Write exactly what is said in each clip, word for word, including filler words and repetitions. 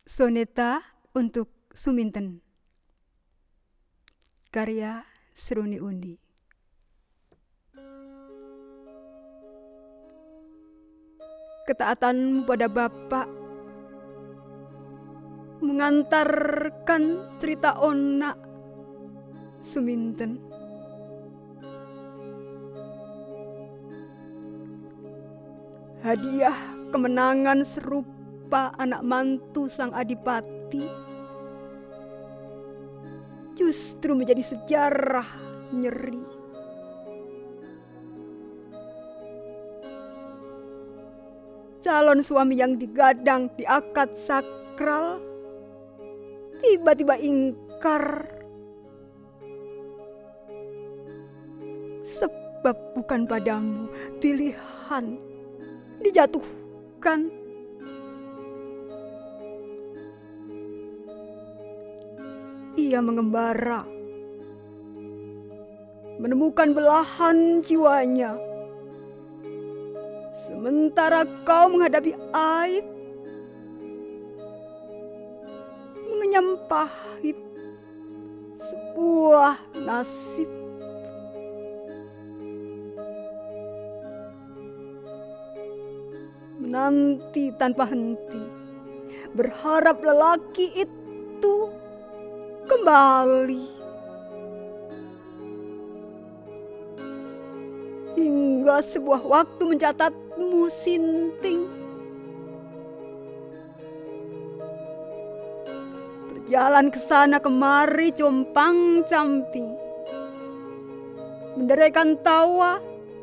Soneta untuk Suminten, karya Seruni Undi. Ketaatanmu pada Bapa mengantarkan cerita onak Suminten. Hadiah kemenangan serupa anak mantu sang adipati justru menjadi sejarah nyeri. Calon suami yang digadang di akad sakral tiba-tiba ingkar sebab bukan padamu pilihan dijatuhkan. Ia mengembara, menemukan belahan jiwanya, sementara kau menghadapi aib, mengenyam pahit sebuah nasib. Menanti tanpa henti, berharap lelaki itu kembali. Hingga sebuah waktu mencatatmu sinting. Berjalan ke sana kemari compang camping, menderaikan tawa,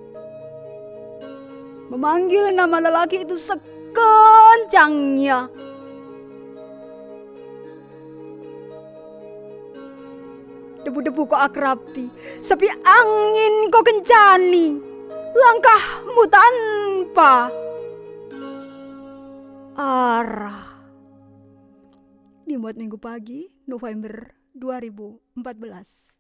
memanggil nama lelaki itu sekencangnya. Debu-debu kau akrabi, sepi angin kau kencani, langkahmu tanpa arah. Dimuat Minggu pagi, November dua ribu empat belas.